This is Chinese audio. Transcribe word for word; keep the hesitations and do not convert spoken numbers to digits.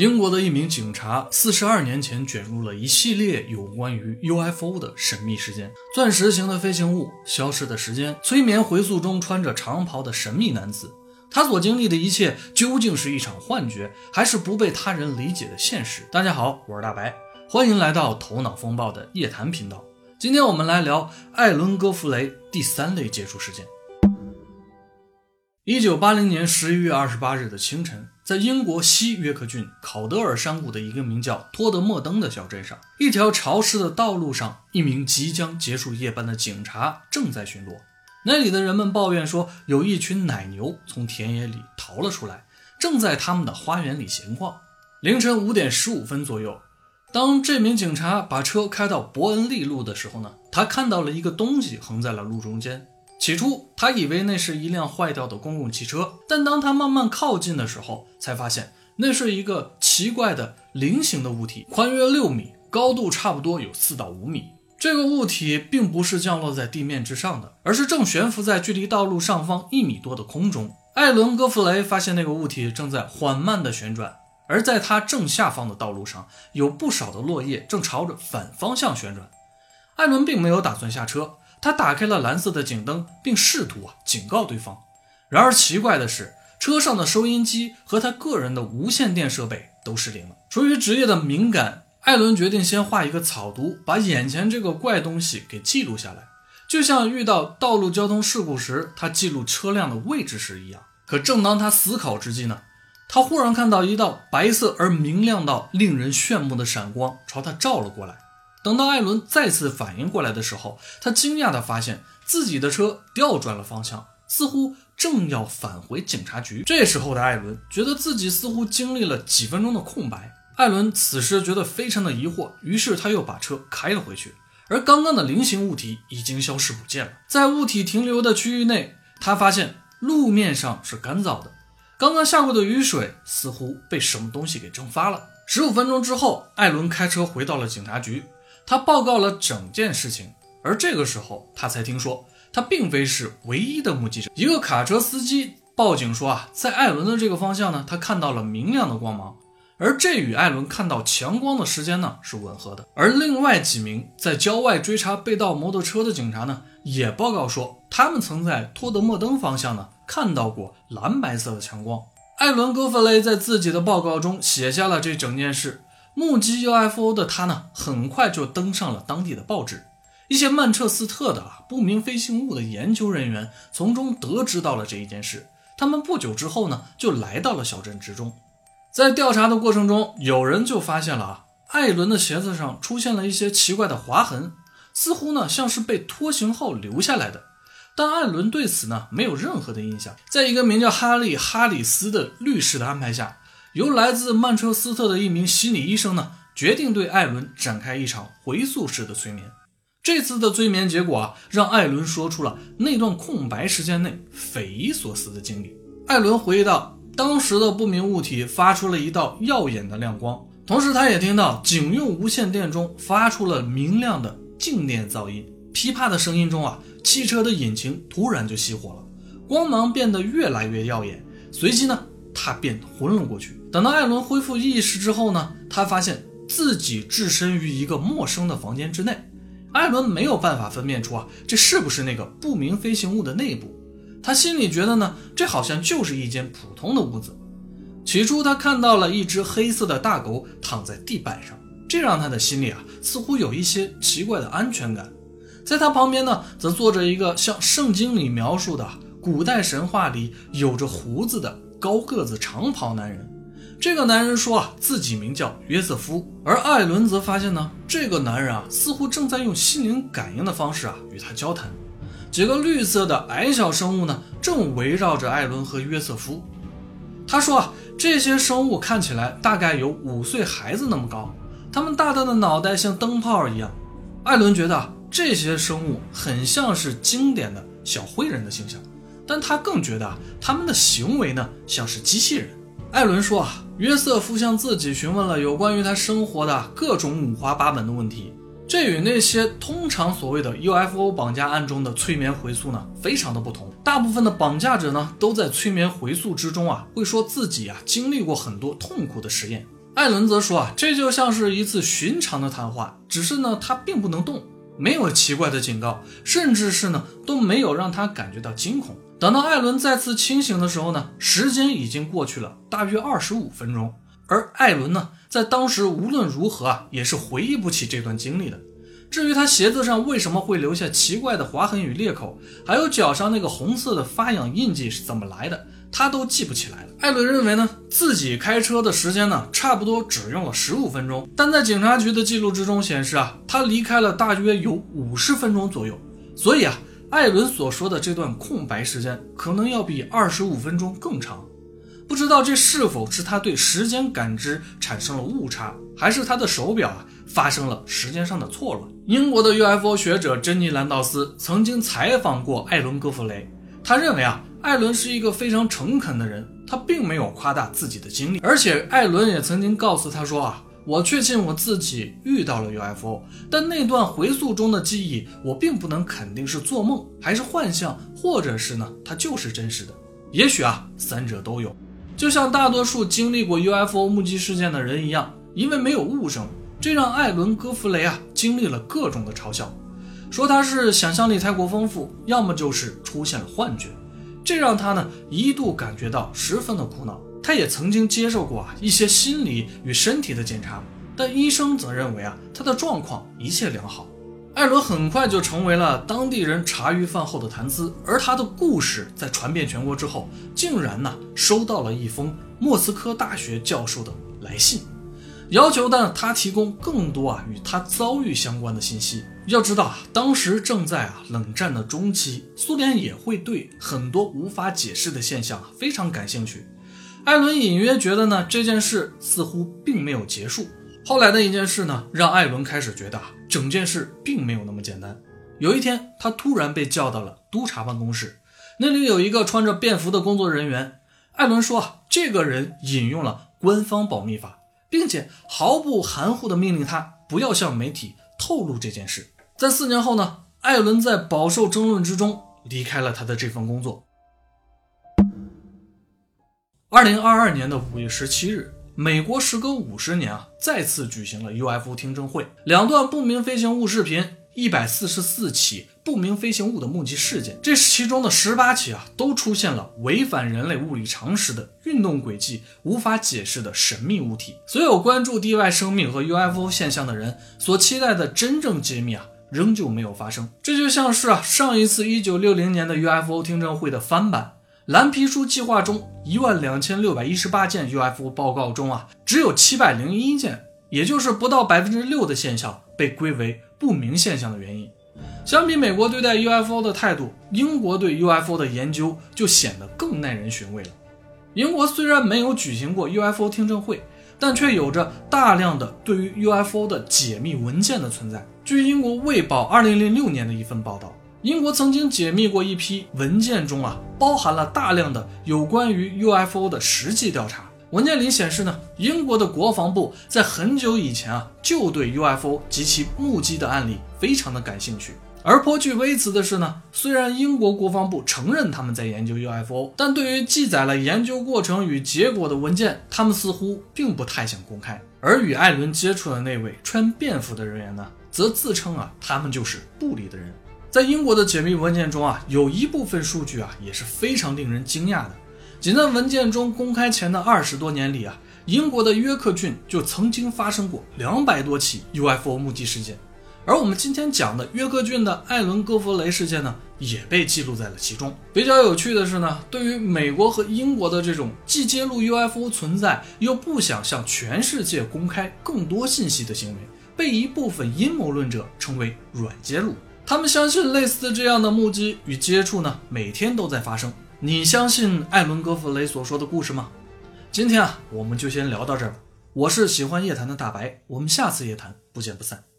英国的一名警察四十二年前卷入了一系列有关于 U F O 的神秘事件。钻石型的飞行物、消失的时间、催眠回溯中穿着长袍的神秘男子，他所经历的一切究竟是一场幻觉，还是不被他人理解的现实？大家好，我是大白，欢迎来到头脑风暴的夜谈频道。今天我们来聊艾伦·戈弗雷第三类接触事件。一九八零年十一月二十八日的清晨，在英国西约克郡考德尔山谷的一个名叫托德莫登的小镇上，一条潮湿的道路上，一名即将结束夜班的警察正在巡逻。那里的人们抱怨说，有一群奶牛从田野里逃了出来，正在他们的花园里闲逛。凌晨五点十五分左右，当这名警察把车开到伯恩利路的时候呢，他看到了一个东西横在了路中间。起初他以为那是一辆坏掉的公共汽车，但当他慢慢靠近的时候，才发现那是一个奇怪的菱形的物体，宽约六米，高度差不多有四到五米。这个物体并不是降落在地面之上的，而是正悬浮在距离道路上方一米多的空中。艾伦·戈弗雷发现那个物体正在缓慢地旋转，而在它正下方的道路上，有不少的落叶正朝着反方向旋转。艾伦并没有打算下车，他打开了蓝色的警灯，并试图啊警告对方。然而奇怪的是，车上的收音机和他个人的无线电设备都失灵了。出于职业的敏感，艾伦决定先画一个草图，把眼前这个怪东西给记录下来，就像遇到道路交通事故时他记录车辆的位置时一样。可正当他思考之际呢，他忽然看到一道白色而明亮到令人炫目的闪光朝他照了过来。等到艾伦再次反应过来的时候，他惊讶地发现自己的车调转了方向，似乎正要返回警察局。这时候的艾伦觉得自己似乎经历了几分钟的空白。艾伦此时觉得非常的疑惑，于是他又把车开了回去，而刚刚的菱形物体已经消失不见了。在物体停留的区域内，他发现路面上是干燥的，刚刚下过的雨水似乎被什么东西给蒸发了。十五分钟之后，艾伦开车回到了警察局，他报告了整件事情。而这个时候他才听说，他并非是唯一的目击者。一个卡车司机报警说啊，在艾伦的这个方向呢，他看到了明亮的光芒，而这与艾伦看到强光的时间呢是吻合的。而另外几名在郊外追查被盗摩托车的警察呢，也报告说，他们曾在托德莫登方向呢看到过蓝白色的强光。艾伦·戈弗雷在自己的报告中写下了这整件事。目击 U F O 的他呢，很快就登上了当地的报纸。一些曼彻斯特的不明飞行物的研究人员从中得知到了这一件事，他们不久之后呢，就来到了小镇之中。在调查的过程中，有人就发现了啊，艾伦的鞋子上出现了一些奇怪的划痕，似乎呢像是被拖行后留下来的。但艾伦对此呢没有任何的印象。在一个名叫哈利·哈里斯的律师的安排下，由来自曼彻斯特的一名心理医生呢，决定对艾伦展开一场回溯式的催眠。这次的催眠结果啊，让艾伦说出了那段空白时间内匪夷所思的经历。艾伦回忆到，当时的不明物体发出了一道耀眼的亮光，同时他也听到警用无线电中发出了明亮的静电噪音。噼啪的声音中啊，汽车的引擎突然就熄火了，光芒变得越来越耀眼，随即呢，他便昏了过去。等到艾伦恢复意识之后呢，他发现自己置身于一个陌生的房间之内。艾伦没有办法分辨出啊，这是不是那个不明飞行物的内部。他心里觉得呢，这好像就是一间普通的屋子。起初他看到了一只黑色的大狗躺在地板上，这让他的心里啊，似乎有一些奇怪的安全感。在他旁边呢，则坐着一个像圣经里描述的古代神话里有着胡子的高个子长袍男人。这个男人说啊，自己名叫约瑟夫，而艾伦则发现呢，这个男人啊，似乎正在用心灵感应的方式啊与他交谈。几个绿色的矮小生物呢，正围绕着艾伦和约瑟夫。他说啊，这些生物看起来大概有五岁孩子那么高，他们大大的脑袋像灯泡一样。艾伦觉得啊，这些生物很像是经典的小灰人的形象，但他更觉得啊，他们的行为呢，像是机器人。艾伦说啊，约瑟夫向自己询问了有关于他生活的各种五花八门的问题，这与那些通常所谓的 U F O 绑架案中的催眠回溯呢，非常的不同。大部分的绑架者呢，都在催眠回溯之中啊，会说自己啊经历过很多痛苦的实验， 艾伦则说啊，这就像是一次寻常的谈话，只是呢他并不能动，没有奇怪的警告，甚至是呢都没有让他感觉到惊恐。等到艾伦再次清醒的时候呢，时间已经过去了大约二十五分钟，而艾伦呢在当时无论如何啊也是回忆不起这段经历的。至于他鞋子上为什么会留下奇怪的划痕与裂口，还有脚上那个红色的发痒印记是怎么来的，他都记不起来了。艾伦认为呢，自己开车的时间呢，差不多只用了十五分钟，但在警察局的记录之中显示啊，他离开了大约有五十分钟左右。所以啊，艾伦所说的这段空白时间可能要比二十五分钟更长。不知道这是否是他对时间感知产生了误差，还是他的手表啊发生了时间上的错乱。英国的 U F O 学者珍妮兰道斯曾经采访过艾伦戈弗雷，他认为啊，艾伦是一个非常诚恳的人，他并没有夸大自己的经历，而且艾伦也曾经告诉他说啊，我确信我自己遇到了 U F O， 但那段回溯中的记忆我并不能肯定是做梦还是幻象，或者是呢它就是真实的，也许啊三者都有。就像大多数经历过 U F O 目击事件的人一样，因为没有物证，这让艾伦戈弗雷啊经历了各种的嘲笑，说他是想象力太过丰富，要么就是出现了幻觉，这让他呢一度感觉到十分的苦恼。他也曾经接受过啊一些心理与身体的检查，但医生则认为啊他的状况一切良好。艾伦很快就成为了当地人茶余饭后的谈资，而他的故事在传遍全国之后，竟然呢收到了一封莫斯科大学教授的来信，要求呢他提供更多啊与他遭遇相关的信息。要知道啊，当时正在啊冷战的中期，苏联也会对很多无法解释的现象啊非常感兴趣。艾伦隐约觉得呢这件事似乎并没有结束。后来的一件事呢，让艾伦开始觉得啊，整件事并没有那么简单。有一天，他突然被叫到了督察办公室，那里有一个穿着便服的工作人员。艾伦说啊，这个人引用了官方保密法，并且毫不含糊地命令他不要向媒体透露这件事。在四年后呢，艾伦在饱受争论之中离开了他的这份工作。二零二二年的五月十七日，美国时隔五十年啊，再次举行了 U F O 听证会，两段不明飞行物视频，一百四十四起不明飞行物的目击事件，这其中的十八起啊，都出现了违反人类物理常识的运动轨迹、无法解释的神秘物体。所有关注地外生命和 U F O 现象的人所期待的真正揭秘啊，仍旧没有发生。这就像是啊，上一次一九六零年的 U F O 听证会的翻版。蓝皮书计划中一万两千六百一十八件 U F O 报告中啊，只有七百零一件，也就是不到 百分之六 的现象被归为不明现象的原因。相比美国对待 U F O 的态度，英国对 U F O 的研究就显得更耐人寻味了。英国虽然没有举行过 U F O 听证会，但却有着大量的对于 U F O 的解密文件的存在。据英国卫报二零零六年的一份报道，英国曾经解密过一批文件中啊，包含了大量的有关于 U F O 的实际调查。文件里显示呢，英国的国防部在很久以前啊，就对 U F O 及其目击的案例非常的感兴趣。而颇具微词的是呢，虽然英国国防部承认他们在研究 U F O， 但对于记载了研究过程与结果的文件，他们似乎并不太想公开。而与艾伦接触的那位穿便服的人员呢，则自称啊，他们就是部里的人。在英国的解密文件中啊，有一部分数据啊也是非常令人惊讶的。仅在文件中公开前的二十多年里啊，英国的约克郡就曾经发生过两百多起 U F O 目击事件。而我们今天讲的约克郡的艾伦戈弗雷事件呢，也被记录在了其中。比较有趣的是呢，对于美国和英国的这种既揭露 U F O 存在，又不想向全世界公开更多信息的行为，被一部分阴谋论者称为软揭露。他们相信类似这样的目击与接触呢，每天都在发生。你相信艾伦戈弗雷所说的故事吗？今天啊，我们就先聊到这儿吧。我是喜欢夜谈的大白，我们下次夜谈不见不散。